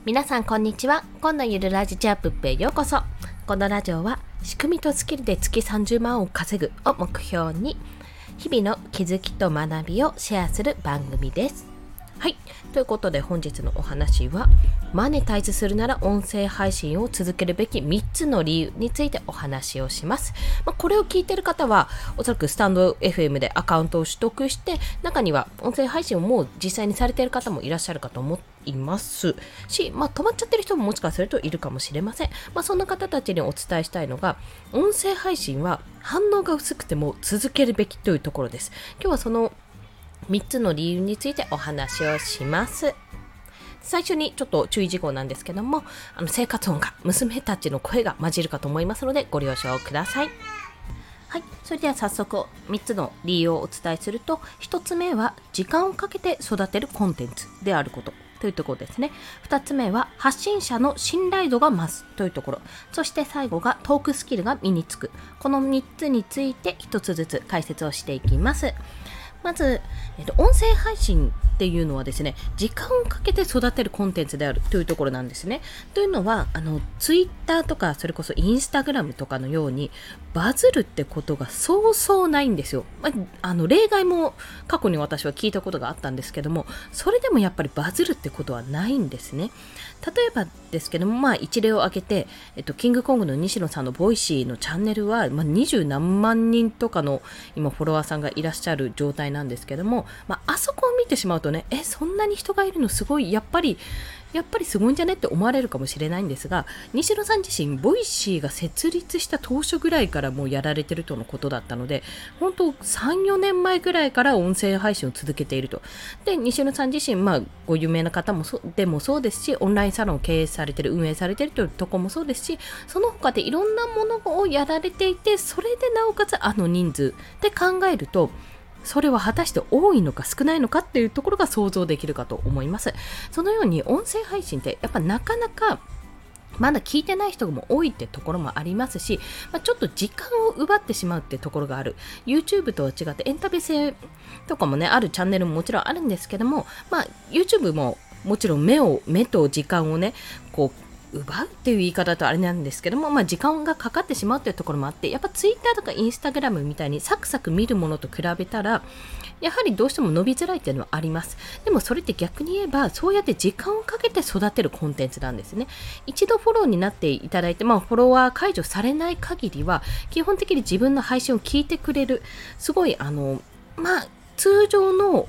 皆さんこんにちは。今度ゆるラジチャップへようこそ。このラジオは仕組みとスキルで月30万を稼ぐを目標に日々の気づきと学びをシェアする番組です。はい、ということで本日のお話はマネタイズするなら音声配信を続けるべき3つの理由についてお話をします。これを聞いている方はおそらくスタンド FM でアカウントを取得して中には音声配信をもう実際にされている方もいらっしゃるかと思いますし、止まっちゃってる人ももしかするといるかもしれません。そんな方たちにお伝えしたいのが音声配信は反応が薄くても続けるべきというところです。今日はその3つの理由についてお話をします。最初にちょっと注意事項なんですけども、生活音が娘たちの声が混じるかと思いますのでご了承ください。はい、それでは早速3つの理由をお伝えすると、1つ目は時間をかけて育てるコンテンツであることというところですね。2つ目は発信者の信頼度が増すというところ、そして最後がトークスキルが身につく。この3つについて1つずつ解説をしていきます。まず、音声配信っていうのはですね、時間をかけて育てるコンテンツであるというところなんですね。というのは、ツイッターとかそれこそインスタグラムとかのようにバズるってことがそうそうないんですよ。例外も過去に私は聞いたことがあったんですけども、それでもやっぱりバズるってことはないんですね。例えばですけども、一例を挙げて、キングコングの西野さんのボイシーのチャンネルは、20何万人とかの今フォロワーさんがいらっしゃる状態なんですけども、あそこを見てしまうとね、そんなに人がいるのすごい、やっぱりすごいんじゃねって思われるかもしれないんですが、西野さん自身ボイシーが設立した当初ぐらいからもうやられてるとのことだったので、本当 3,4 年前ぐらいから音声配信を続けていると。で、西野さん自身、ご有名な方もでもそうですし、オンラインサロンを経営されてる、運営されてるというところもそうですし、その他でいろんなものをやられていて、それでなおかつ人数で考えると、それは果たして多いのか少ないのかっていうところが想像できるかと思います。そのように音声配信ってやっぱなかなかまだ聞いてない人も多いってところもありますし、ちょっと時間を奪ってしまうってところがある。 YouTube とは違ってエンタメ性とかもね、あるチャンネルももちろんあるんですけども、YouTube ももちろん目と時間をねこう奪うっていう言い方だとあれなんですけども、時間がかかってしまうっていうところもあって、やっぱツイッターとかインスタグラムみたいにサクサク見るものと比べたらやはりどうしても伸びづらいっていうのはあります。でもそれって逆に言えばそうやって時間をかけて育てるコンテンツなんですね。一度フォローになっていただいて、フォロワー解除されない限りは基本的に自分の配信を聞いてくれる、すごい通常の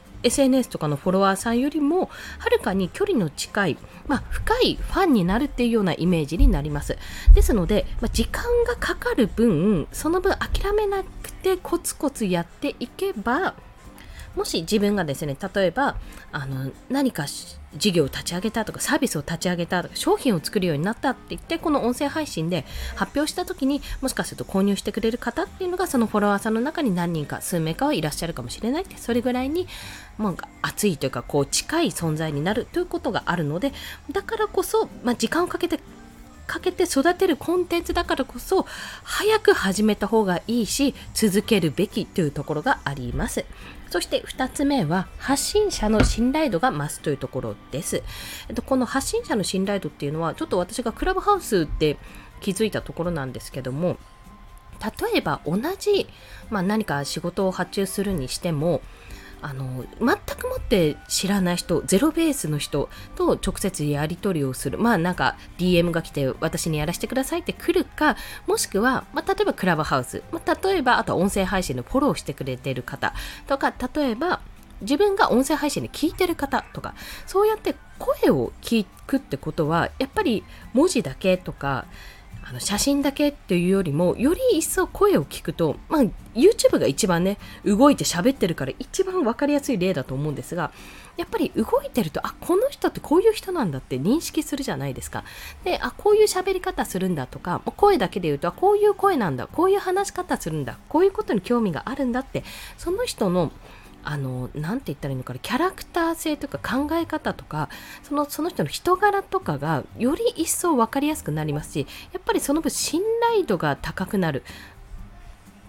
SNS とかのフォロワーさんよりもはるかに距離の近い、深いファンになるっていうようなイメージになります。ですので、時間がかかる分、その分諦めなくてコツコツやっていけば、もし自分がですね、例えば何か事業を立ち上げたとかサービスを立ち上げたとか商品を作るようになったって言って、この音声配信で発表した時にもしかすると購入してくれる方っていうのがそのフォロワーさんの中に何人か数名かはいらっしゃるかもしれないって、それぐらいに熱いというか近い存在になるということがあるので、だからこそ、時間をかけて育てるコンテンツだからこそ早く始めた方がいいし続けるべきというところがあります。そして2つ目は発信者の信頼度が増すというところです。この発信者の信頼度っていうのはちょっと私がクラブハウスで気づいたところなんですけども、例えば同じ、何か仕事を発注するにしても全くもって知らない人、ゼロベースの人と直接やり取りをする、DM が来て私にやらせてくださいって来るか、もしくは、例えばクラブハウス、例えばあとは音声配信のフォローしてくれている方とか、例えば自分が音声配信で聞いてる方とか、そうやって声を聞くってことはやっぱり文字だけとか写真だけっていうよりも、より一層声を聞くと、YouTube が一番ね動いて喋ってるから一番わかりやすい例だと思うんですが、やっぱり動いてるとこの人ってこういう人なんだって認識するじゃないですか。で、こういう喋り方するんだとか、声だけで言うとこういう声なんだ、こういう話し方するんだ、こういうことに興味があるんだって、その人のなんて言ったらいいのかな、キャラクター性とか考え方とか、その人の人柄とかがより一層分かりやすくなりますし、やっぱりその分信頼度が高くなる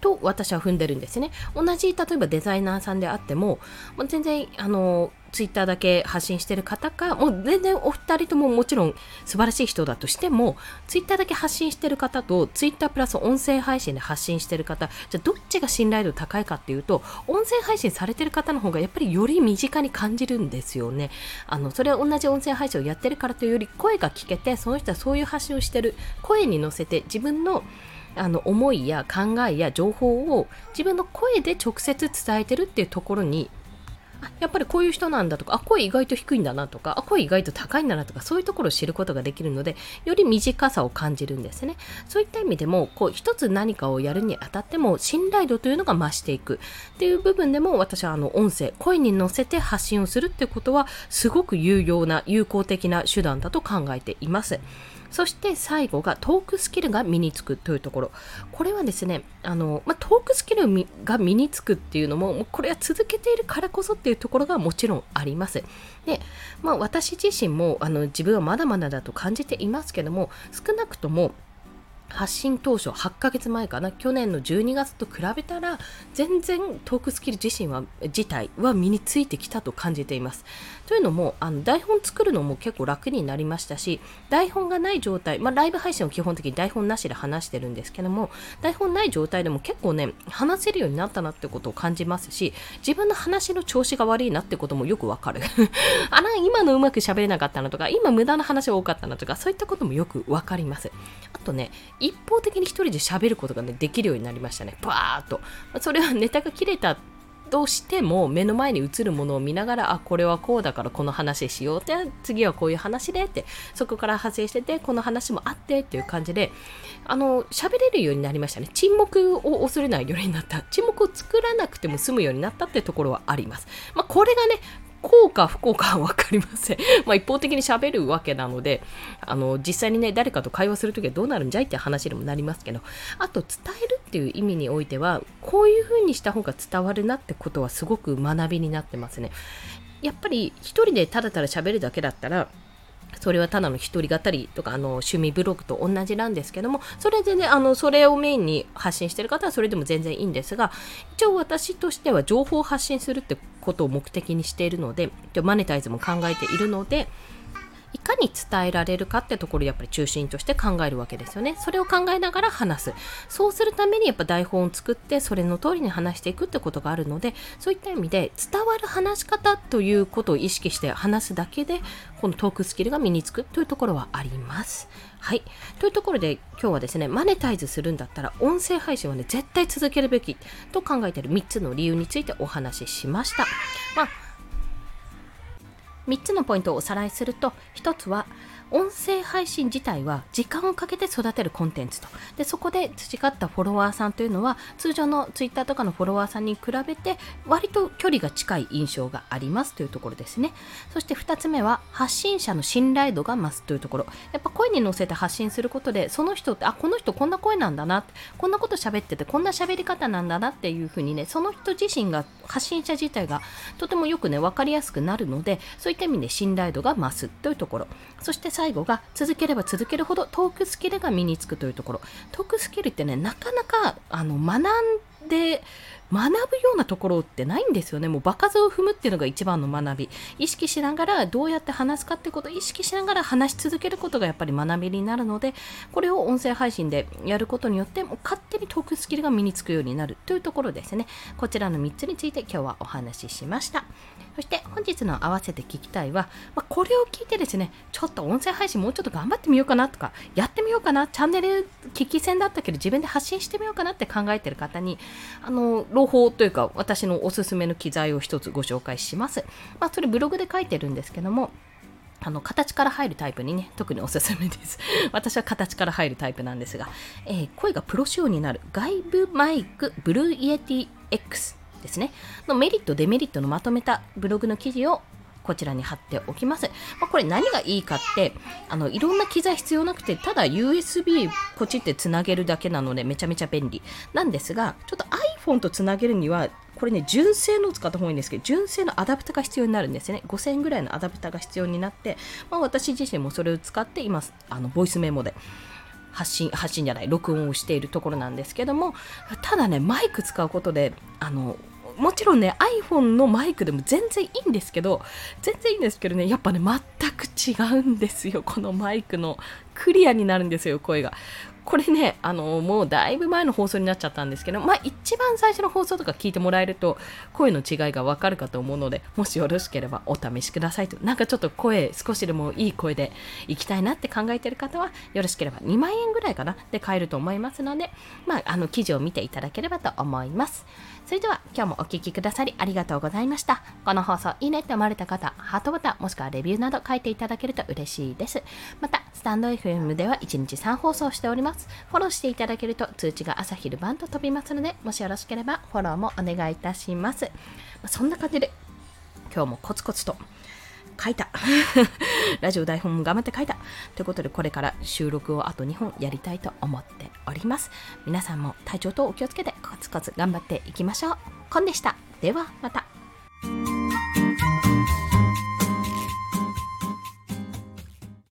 と私は踏んでるんですね。同じ例えばデザイナーさんであっても、全然ツイッターだけ発信してる方か、もう全然お二人とももちろん素晴らしい人だとしても、ツイッターだけ発信してる方とツイッタープラス音声配信で発信してる方、じゃあどっちが信頼度高いかっていうと、音声配信されてる方の方がやっぱりより身近に感じるんですよね。それは同じ音声配信をやってるからというより、声が聞けて、その人はそういう発信をしてる、声に乗せて自分の思いや考えや情報を自分の声で直接伝えてるっていうところに、やっぱりこういう人なんだとか、声意外と低いんだなとか、声意外と高いんだなとか、そういうところを知ることができるので、より短さを感じるんですね。そういった意味でも、一つ何かをやるにあたっても信頼度というのが増していくっていう部分でも、私は音声、声に乗せて発信をするってことはすごく有効的な手段だと考えています。そして最後がトークスキルが身につくというところ。これはですね、トークスキルが身につくっていうのも、これは続けているからこそっていうところがもちろんあります。で、私自身も自分はまだまだだと感じていますけども、少なくとも発信当初8ヶ月前かな、去年の12月と比べたら全然トークスキル自体は身についてきたと感じています。というのも台本作るのも結構楽になりましたし、台本がない状態、ライブ配信は基本的に台本なしで話してるんですけども、台本ない状態でも結構ね話せるようになったなってことを感じますし、自分の話の調子が悪いなってこともよくわかる今のうまく喋れなかったなとか、今無駄な話が多かったなとか、そういったこともよくわかります。あとね、一方的に一人で喋ることがねできるようになりましたね。バーっと。それはネタが切れたとしても、目の前に映るものを見ながら、これはこうだからこの話しようって、次はこういう話でって、そこから派生してて、この話もあってっていう感じで喋れるようになりましたね。沈黙を恐れないようになった。沈黙を作らなくても済むようになったってところはあります。これがね、効か不効かは分かりません。一方的に喋るわけなので、実際にね、誰かと会話するときはどうなるんじゃいって話にもなりますけど、あと伝えるっていう意味においては、こういう風にした方が伝わるなってことはすごく学びになってますね。やっぱり一人でただただ喋るだけだったら、それはただの一人語りとか趣味ブログと同じなんですけども、それでねそれをメインに発信している方はそれでも全然いいんですが、一応私としては情報を発信するってことを目的にしているので、マネタイズも考えているので、いかに伝えられるかってところをやっぱり中心として考えるわけですよね。それを考えながら話す。そうするためにやっぱ台本を作ってそれの通りに話していくってことがあるので、そういった意味で伝わる話し方ということを意識して話すだけで、このトークスキルが身につくというところはあります。はい。というところで今日はですね、マネタイズするんだったら音声配信はね絶対続けるべきと考えている3つの理由についてお話ししました。3つのポイントをおさらいすると、1つは音声配信自体は時間をかけて育てるコンテンツと。で、そこで培ったフォロワーさんというのは通常のツイッターとかのフォロワーさんに比べて割と距離が近い印象がありますというところですね。そして2つ目は発信者の信頼度が増すというところ。やっぱ声に乗せて発信することで、その人ってこの人こんな声なんだな、こんなこと喋っててこんな喋り方なんだなっていう風にね、その人自身が、発信者自体がとてもよくね分かりやすくなるので、そういった意味で信頼度が増すというところ。そして最後が続ければ続けるほどトークスキルが身につくというところ。トークスキルってね、なかなか学ぶようなところってないんですよね。もう場数を踏むっていうのが一番の学び。意識しながらどうやって話すかってことを意識しながら話し続けることがやっぱり学びになるので、これを音声配信でやることによってもう勝手にトークスキルが身につくようになるというところですね。こちらの3つについて今日はお話ししました。そして本日の合わせて聞きたいは、これを聞いてですね、ちょっと音声配信もうちょっと頑張ってみようかなとか、やってみようかな、チャンネル聞き戦だったけど自分で発信してみようかなって考えている方に朗報というか私のおすすめの機材を一つご紹介します。それブログで書いてるんですけども、形から入るタイプにね特におすすめです。私は形から入るタイプなんですが、声がプロ仕様になる外部マイクブルーイエティ Xですねのメリットデメリットのまとめたブログの記事をこちらに貼っておきます。これ何がいいかっていろんな機材必要なくて、ただ USB ポチってつなげるだけなのでめちゃめちゃ便利なんですが、ちょっと iPhone とつなげるにはこれね純正のを使った方がいいんですけど、純正のアダプタが必要になるんですね。5000円ぐらいのアダプタが必要になって、私自身もそれを使っています。ボイスメモで録音をしているところなんですけども、ただねマイク使うことでもちろんね iPhone のマイクでも全然いいんですけどね、やっぱね全く違うんですよ。このマイクのクリアになるんですよ、声が。これねもうだいぶ前の放送になっちゃったんですけど、一番最初の放送とか聞いてもらえると声の違いがわかるかと思うので、もしよろしければお試しくださいと。なんかちょっと声少しでもいい声でいきたいなって考えている方はよろしければ2万円ぐらいかなで買えると思いますので、記事を見ていただければと思います。それでは今日もお聞きくださりありがとうございました。この放送いいねって思われた方、ハートボタンもしくはレビューなど書いていただけると嬉しいです。またスタンド FM では1日3放送しております。フォローしていただけると通知が朝昼晩と飛びますので、もしよろしければフォローもお願いいたします。そんな感じで今日もコツコツと書いたラジオ台本も頑張って書いたということで、これから収録をあと2本やりたいと思っております。皆さんも体調とお気をつけてコツコツ頑張っていきましょう。コンでした。ではまた。